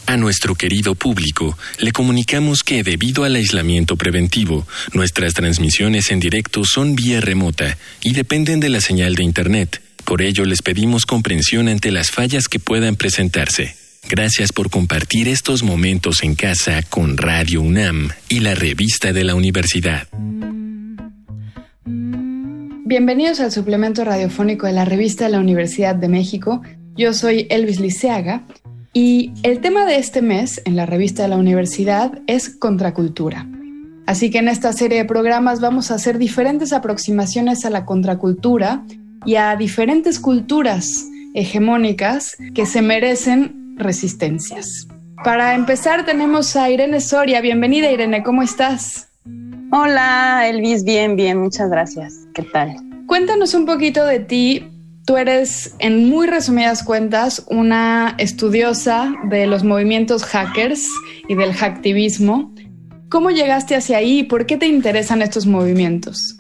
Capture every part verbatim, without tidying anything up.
A nuestro querido público, le comunicamos que debido al aislamiento preventivo, nuestras transmisiones en directo son vía remota y dependen de la señal de Internet. Por ello, les pedimos comprensión ante las fallas que puedan presentarse. Gracias por compartir estos momentos en casa con Radio UNAM y la revista de la universidad. Bienvenidos al suplemento radiofónico de la revista de la Universidad de México. Yo soy Elvis Liceaga. Y el tema de este mes en la revista de la universidad es contracultura. Así que en esta serie de programas vamos a hacer diferentes aproximaciones a la contracultura y a diferentes culturas hegemónicas que se merecen resistencias. Para empezar tenemos a Irene Soria. Bienvenida, Irene, ¿cómo estás? Hola, Elvis, bien, bien, muchas gracias. ¿Qué tal? Cuéntanos un poquito de ti. Tú eres, en muy resumidas cuentas, una estudiosa de los movimientos hackers y del hacktivismo. ¿Cómo llegaste hacia ahí y por qué te interesan estos movimientos?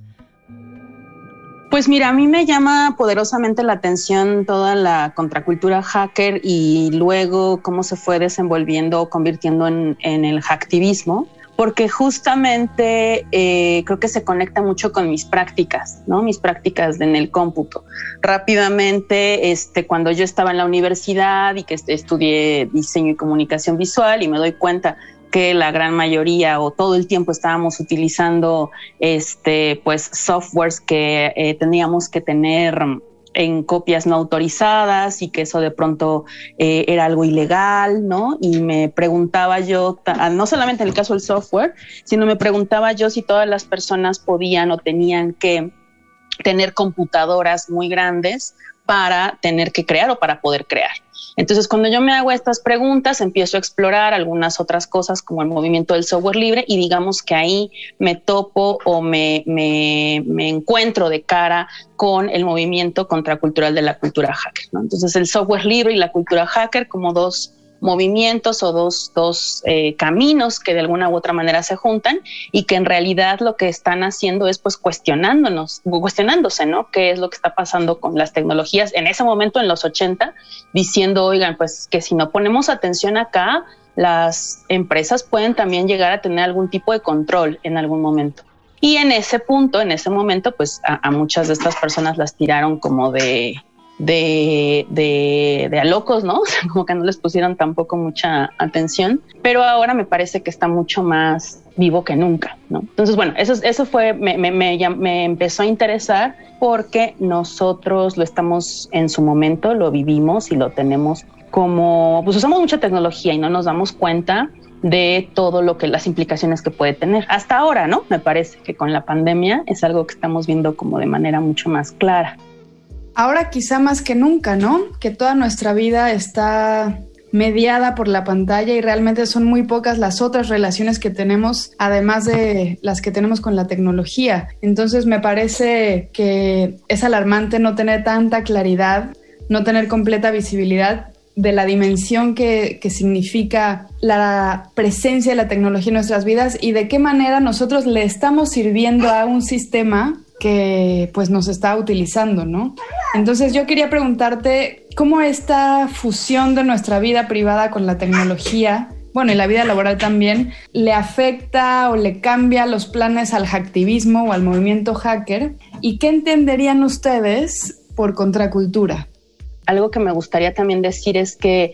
Pues mira, a mí me llama poderosamente la atención toda la contracultura hacker y luego cómo se fue desenvolviendo o convirtiendo en, en el hacktivismo. Porque justamente eh, creo que se conecta mucho con mis prácticas, ¿no? Mis prácticas en el cómputo. Rápidamente, este, cuando yo estaba en la universidad y que estudié diseño y comunicación visual y me doy cuenta que la gran mayoría o todo el tiempo estábamos utilizando este, pues, softwares que eh, teníamos que tener en copias no autorizadas y que eso de pronto eh, era algo ilegal, ¿no? Y me preguntaba yo, no solamente en el caso del software, sino me preguntaba yo si todas las personas podían o tenían que tener computadoras muy grandes para tener que crear o para poder crear. Entonces, cuando yo me hago estas preguntas, empiezo a explorar algunas otras cosas como el movimiento del software libre y digamos que ahí me topo o me, me, me encuentro de cara con el movimiento contracultural de la cultura hacker, ¿no? Entonces, el software libre y la cultura hacker como dos movimientos o dos, dos eh, caminos que de alguna u otra manera se juntan y que en realidad lo que están haciendo es pues cuestionándonos, cuestionándose, ¿no? ¿Qué es lo que está pasando con las tecnologías en ese momento en los ochenta? Diciendo, oigan, pues que si no ponemos atención acá, las empresas pueden también llegar a tener algún tipo de control en algún momento. Y en ese punto, en ese momento, pues a, a muchas de estas personas las tiraron como de... De, de, de a locos, ¿no? Como que no les pusieron tampoco mucha atención, pero ahora me parece que está mucho más vivo que nunca, ¿no? Entonces, bueno, eso, eso fue, me, me, me, me empezó a interesar porque nosotros lo estamos en su momento, lo vivimos y lo tenemos como, pues usamos mucha tecnología y no nos damos cuenta de todo lo que las implicaciones que puede tener. Hasta ahora, ¿no? Me parece que con la pandemia es algo que estamos viendo como de manera mucho más clara. Ahora quizá más que nunca, ¿no? Que toda nuestra vida está mediada por la pantalla y realmente son muy pocas las otras relaciones que tenemos, además de las que tenemos con la tecnología. Entonces me parece que es alarmante no tener tanta claridad, no tener completa visibilidad de la dimensión que, que significa la presencia de la tecnología en nuestras vidas y de qué manera nosotros le estamos sirviendo a un sistema que pues nos está utilizando, ¿no? Entonces yo quería preguntarte cómo esta fusión de nuestra vida privada con la tecnología, bueno, y la vida laboral también, le afecta o le cambia los planes al hacktivismo o al movimiento hacker, y qué entenderían ustedes por contracultura. Algo que me gustaría también decir es que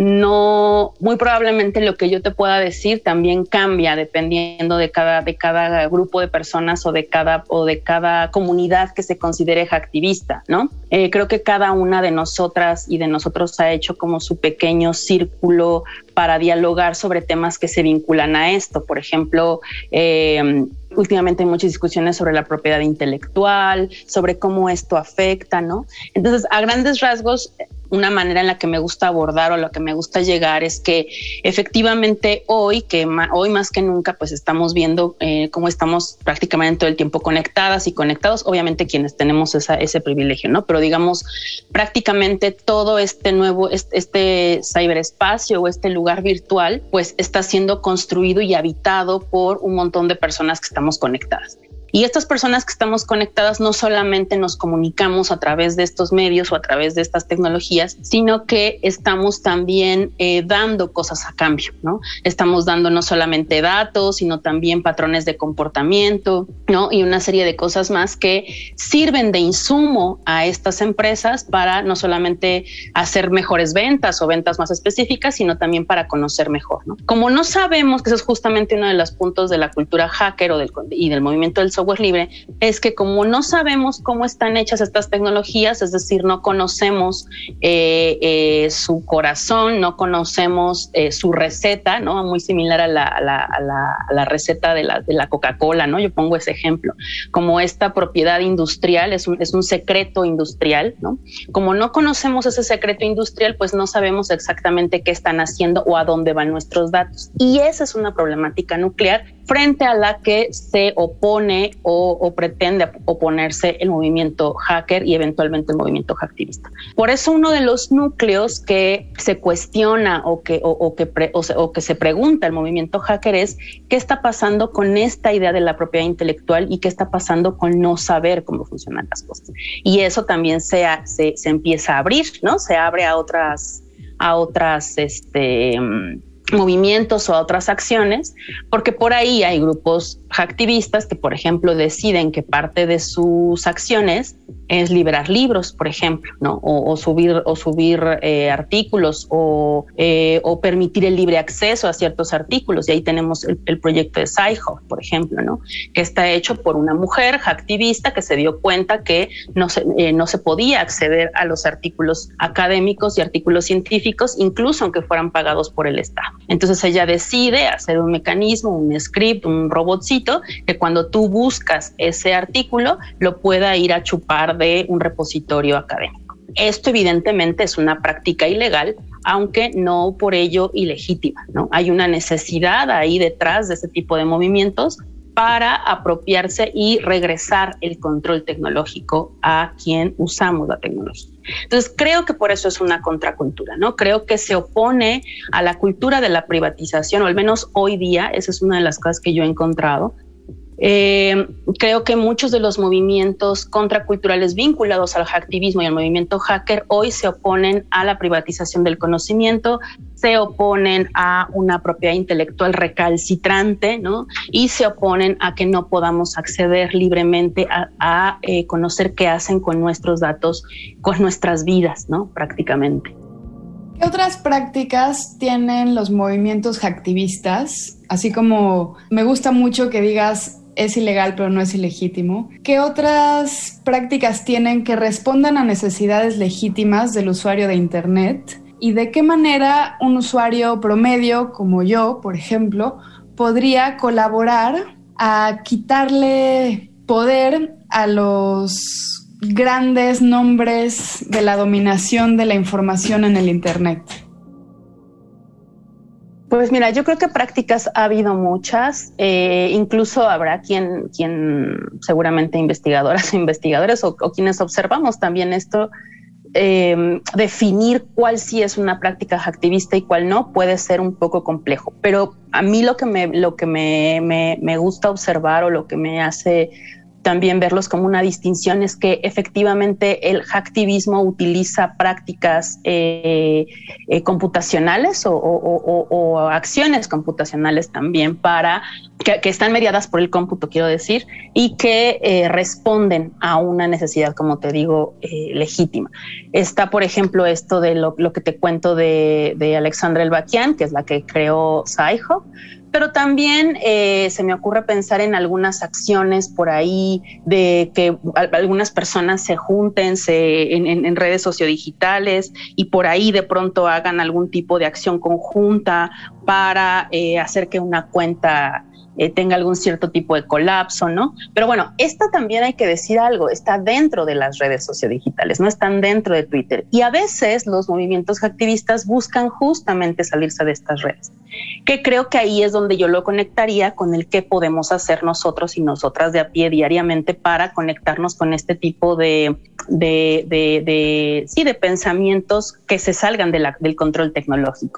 no, muy probablemente lo que yo te pueda decir también cambia dependiendo de cada, de cada grupo de personas o de cada, o de cada comunidad que se considere hacktivista, ¿no? Eh, creo que cada una de nosotras y de nosotros ha hecho como su pequeño círculo para dialogar sobre temas que se vinculan a esto. Por ejemplo, eh, últimamente hay muchas discusiones sobre la propiedad intelectual, sobre cómo esto afecta, ¿no? Entonces, a grandes rasgos, una manera en la que me gusta abordar o a la que me gusta llegar es que efectivamente hoy, que ma- hoy más que nunca, pues estamos viendo eh, cómo estamos prácticamente todo el tiempo conectadas y conectados, obviamente quienes tenemos esa, ese privilegio, ¿no? Pero digamos, prácticamente todo este nuevo, este, este ciberespacio o este lugar virtual, pues está siendo construido y habitado por un montón de personas que estamos conectadas. Y estas personas que estamos conectadas no solamente nos comunicamos a través de estos medios o a través de estas tecnologías, sino que estamos también eh, dando cosas a cambio, ¿no? Estamos dando no solamente datos, sino también patrones de comportamiento, ¿no? Y una serie de cosas más que sirven de insumo a estas empresas para no solamente hacer mejores ventas o ventas más específicas, sino también para conocer mejor, ¿no? Como no sabemos, que eso es justamente uno de los puntos de la cultura hacker o del, y del movimiento del software libre, es que como no sabemos cómo están hechas estas tecnologías, es decir, no conocemos eh, eh, su corazón, no conocemos eh, su receta, ¿no? Muy similar a la, a la, a la, a la receta de la, de la Coca-Cola, ¿no? Yo pongo ese ejemplo, como esta propiedad industrial es un, es un secreto industrial, ¿no? Como no conocemos ese secreto industrial, pues no sabemos exactamente qué están haciendo o a dónde van nuestros datos. Y esa es una problemática nuclear frente a la que se opone o, o pretende oponerse el movimiento hacker y eventualmente el movimiento hacktivista. Por eso uno de los núcleos que se cuestiona o que, o, o que, pre, o, se, o que se pregunta el movimiento hacker es qué está pasando con esta idea de la propiedad intelectual y qué está pasando con no saber cómo funcionan las cosas. Y eso también se, se, se empieza a abrir, ¿no? Se abre a otras, a otras, este... movimientos o a otras acciones, porque por ahí hay grupos hacktivistas que, por ejemplo, deciden que parte de sus acciones es liberar libros, por ejemplo, ¿no? O, o subir, o subir eh, artículos o, eh, o permitir el libre acceso a ciertos artículos. Y ahí tenemos el, el proyecto de Sci-Hub, por ejemplo, ¿no? Que está hecho por una mujer hacktivista que se dio cuenta que no se, eh, no se podía acceder a los artículos académicos y artículos científicos, incluso aunque fueran pagados por el Estado. Entonces ella decide hacer un mecanismo, un script, un robotcito que cuando tú buscas ese artículo lo pueda ir a chupar de un repositorio académico. Esto evidentemente es una práctica ilegal, aunque no por ello ilegítima, ¿no? Hay una necesidad ahí detrás de ese tipo de movimientos para apropiarse y regresar el control tecnológico a quien usamos la tecnología. Entonces, creo que por eso es una contracultura, ¿no? Creo que se opone a la cultura de la privatización, o al menos hoy día, esa es una de las cosas que yo he encontrado. Eh, creo que muchos de los movimientos contraculturales vinculados al hacktivismo y al movimiento hacker hoy se oponen a la privatización del conocimiento, se oponen a una propiedad intelectual recalcitrante, ¿no? Y se oponen a que no podamos acceder libremente a, a eh, conocer qué hacen con nuestros datos, con nuestras vidas, ¿no? Prácticamente. ¿Qué otras prácticas tienen los movimientos hacktivistas? Así como me gusta mucho que digas es ilegal pero no es ilegítimo. ¿Qué otras prácticas tienen que respondan a necesidades legítimas del usuario de Internet? ¿Y de qué manera un usuario promedio como yo, por ejemplo, podría colaborar a quitarle poder a los grandes nombres de la dominación de la información en el Internet? Pues mira, yo creo que prácticas ha habido muchas, eh, incluso habrá quien, quien seguramente investigadoras e investigadores o, o quienes observamos también esto, eh, definir cuál sí es una práctica hacktivista y cuál no puede ser un poco complejo. Pero a mí lo que me, lo que me, me, me gusta observar o lo que me hace también verlos como una distinción es que efectivamente el hacktivismo utiliza prácticas eh, eh, computacionales o, o, o, o acciones computacionales también para que, que están mediadas por el cómputo, quiero decir, y que eh, responden a una necesidad, como te digo, eh, legítima. Está, por ejemplo, esto de lo, lo que te cuento de, de Alexandra Elbakyan, que es la que creó Sci-Hub. Pero también eh, se me ocurre pensar en algunas acciones por ahí de que algunas personas se junten se, en, en, en redes sociodigitales y por ahí de pronto hagan algún tipo de acción conjunta para eh, hacer que una cuenta eh, tenga algún cierto tipo de colapso, ¿no? Pero bueno, esta también hay que decir algo, está dentro de las redes sociodigitales, no están dentro de Twitter. Y a veces los movimientos hacktivistas buscan justamente salirse de estas redes, que creo que ahí es donde yo lo conectaría con el qué podemos hacer nosotros y nosotras de a pie diariamente para conectarnos con este tipo de, de, de, de, sí, de pensamientos que se salgan de la, del control tecnológico, ¿no?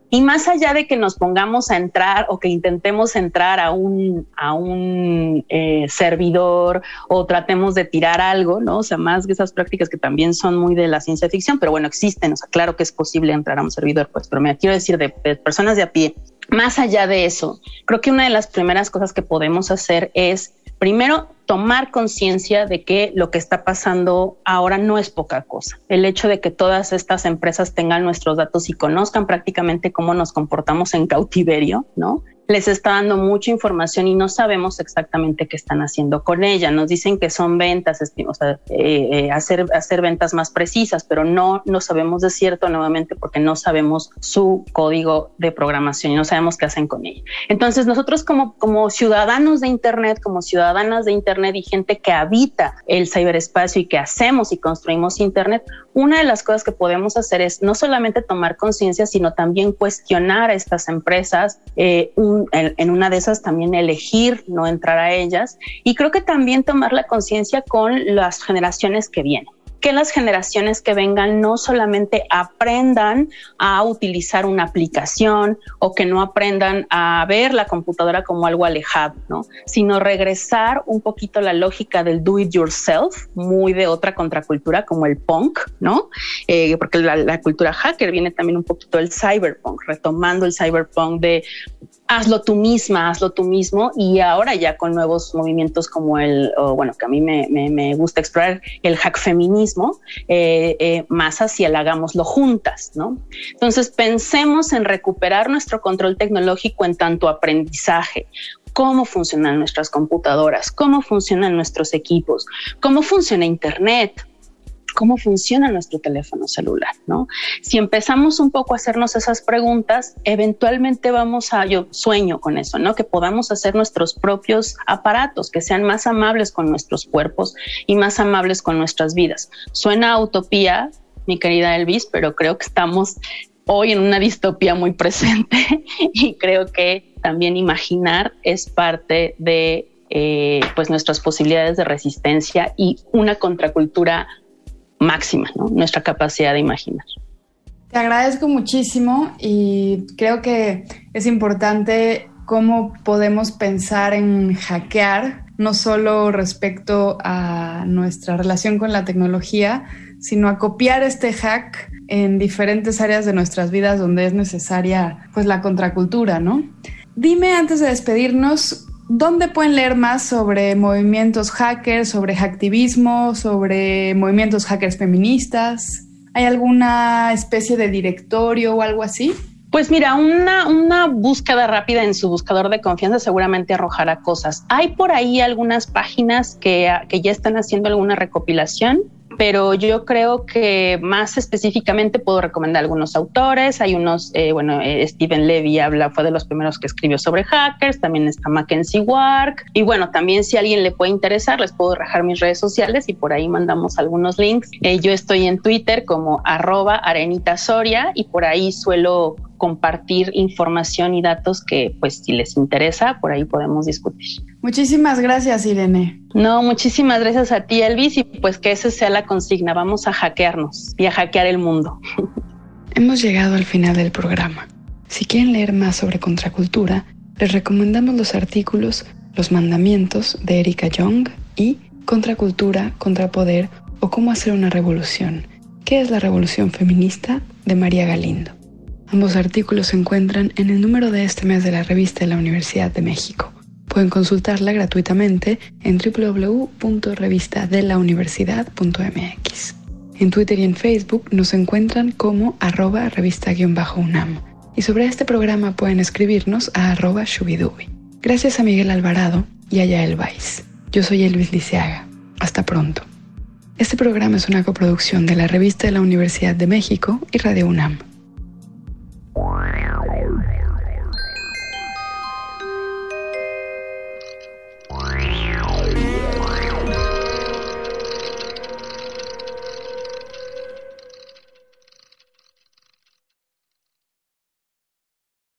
Y más allá de que nos pongamos a entrar o que intentemos entrar a un, a un eh, servidor o tratemos de tirar algo, ¿no? O sea, más que esas prácticas que también son muy de la ciencia ficción, pero bueno, existen. O sea, claro que es posible entrar a un servidor, pues, pero me quiero decir de, de personas de a pie. Más allá de eso, creo que una de las primeras cosas que podemos hacer es, primero, tomar conciencia de que lo que está pasando ahora no es poca cosa. El hecho de que todas estas empresas tengan nuestros datos y conozcan prácticamente cómo nos comportamos en cautiverio, ¿no? Les está dando mucha información y no sabemos exactamente qué están haciendo con ella. Nos dicen que son ventas, o sea, eh, eh, hacer, hacer ventas más precisas, pero no, no sabemos de cierto nuevamente porque no sabemos su código de programación y no sabemos qué hacen con ella. Entonces nosotros como, como ciudadanos de Internet, como ciudadanas de Internet y gente que habita el ciberespacio y que hacemos y construimos Internet, una de las cosas que podemos hacer es no solamente tomar conciencia, sino también cuestionar a estas empresas, eh, un en una de esas también elegir no entrar a ellas, y creo que también tomar la conciencia con las generaciones que vienen. Que las generaciones que vengan no solamente aprendan a utilizar una aplicación o que no aprendan a ver la computadora como algo alejado, ¿no? Sino regresar un poquito a la lógica del do it yourself, muy de otra contracultura como el punk, ¿no? Eh, porque la, la cultura hacker viene también un poquito del cyberpunk, retomando el cyberpunk de hazlo tú misma, hazlo tú mismo, y ahora ya con nuevos movimientos como el, o bueno, que a mí me, me, me gusta explorar el hack feminismo, eh, eh, más hacia el hagámoslo juntas, ¿no? Entonces pensemos en recuperar nuestro control tecnológico en tanto aprendizaje. Cómo funcionan nuestras computadoras, cómo funcionan nuestros equipos, cómo funciona Internet, cómo funciona nuestro teléfono celular, ¿no? Si empezamos un poco a hacernos esas preguntas, eventualmente vamos a, yo sueño con eso, ¿no? Que podamos hacer nuestros propios aparatos, que sean más amables con nuestros cuerpos y más amables con nuestras vidas. Suena a utopía, mi querida Elvis, pero creo que estamos hoy en una distopía muy presente y creo que también imaginar es parte de eh, pues nuestras posibilidades de resistencia y una contracultura máxima, ¿no? Nuestra capacidad de imaginar. Te agradezco muchísimo y creo que es importante cómo podemos pensar en hackear, no solo respecto a nuestra relación con la tecnología, sino a copiar este hack en diferentes áreas de nuestras vidas donde es necesaria pues la contracultura, ¿no? Dime antes de despedirnos, ¿dónde pueden leer más sobre movimientos hackers, sobre hacktivismo, sobre movimientos hackers feministas? ¿Hay alguna especie de directorio o algo así? Pues mira, una, una búsqueda rápida en su buscador de confianza seguramente arrojará cosas. Hay por ahí algunas páginas que, que ya están haciendo alguna recopilación, pero yo creo que más específicamente puedo recomendar algunos autores. Hay unos, eh, bueno, eh, Steven Levy habla, fue de los primeros que escribió sobre hackers, también está Mackenzie Wark, y bueno, también si a alguien le puede interesar, les puedo dejar mis redes sociales y por ahí mandamos algunos links. Eh, yo estoy en Twitter como arroba Arenita Soria y por ahí suelo compartir información y datos que, pues, si les interesa, por ahí podemos discutir. Muchísimas gracias, Irene. No, muchísimas gracias a ti, Elvis, y pues que esa sea la consigna. Vamos a hackearnos y a hackear el mundo. Hemos llegado al final del programa. Si quieren leer más sobre contracultura, les recomendamos los artículos Los mandamientos de Erika Young y Contracultura, Contrapoder o Cómo hacer una revolución. ¿Qué es la revolución feminista? De María Galindo. Ambos artículos se encuentran en el número de este mes de la revista de la Universidad de México. Pueden consultarla gratuitamente en doble u doble u doble u punto revista de la universidad punto m x. En Twitter y en Facebook nos encuentran como arroba revista-unam. Y sobre este programa pueden escribirnos a arroba shubidubi. Gracias a Miguel Alvarado y a Yael Weiss. Yo soy Elvis Liceaga. Hasta pronto. Este programa es una coproducción de la Revista de la Universidad de México y Radio UNAM.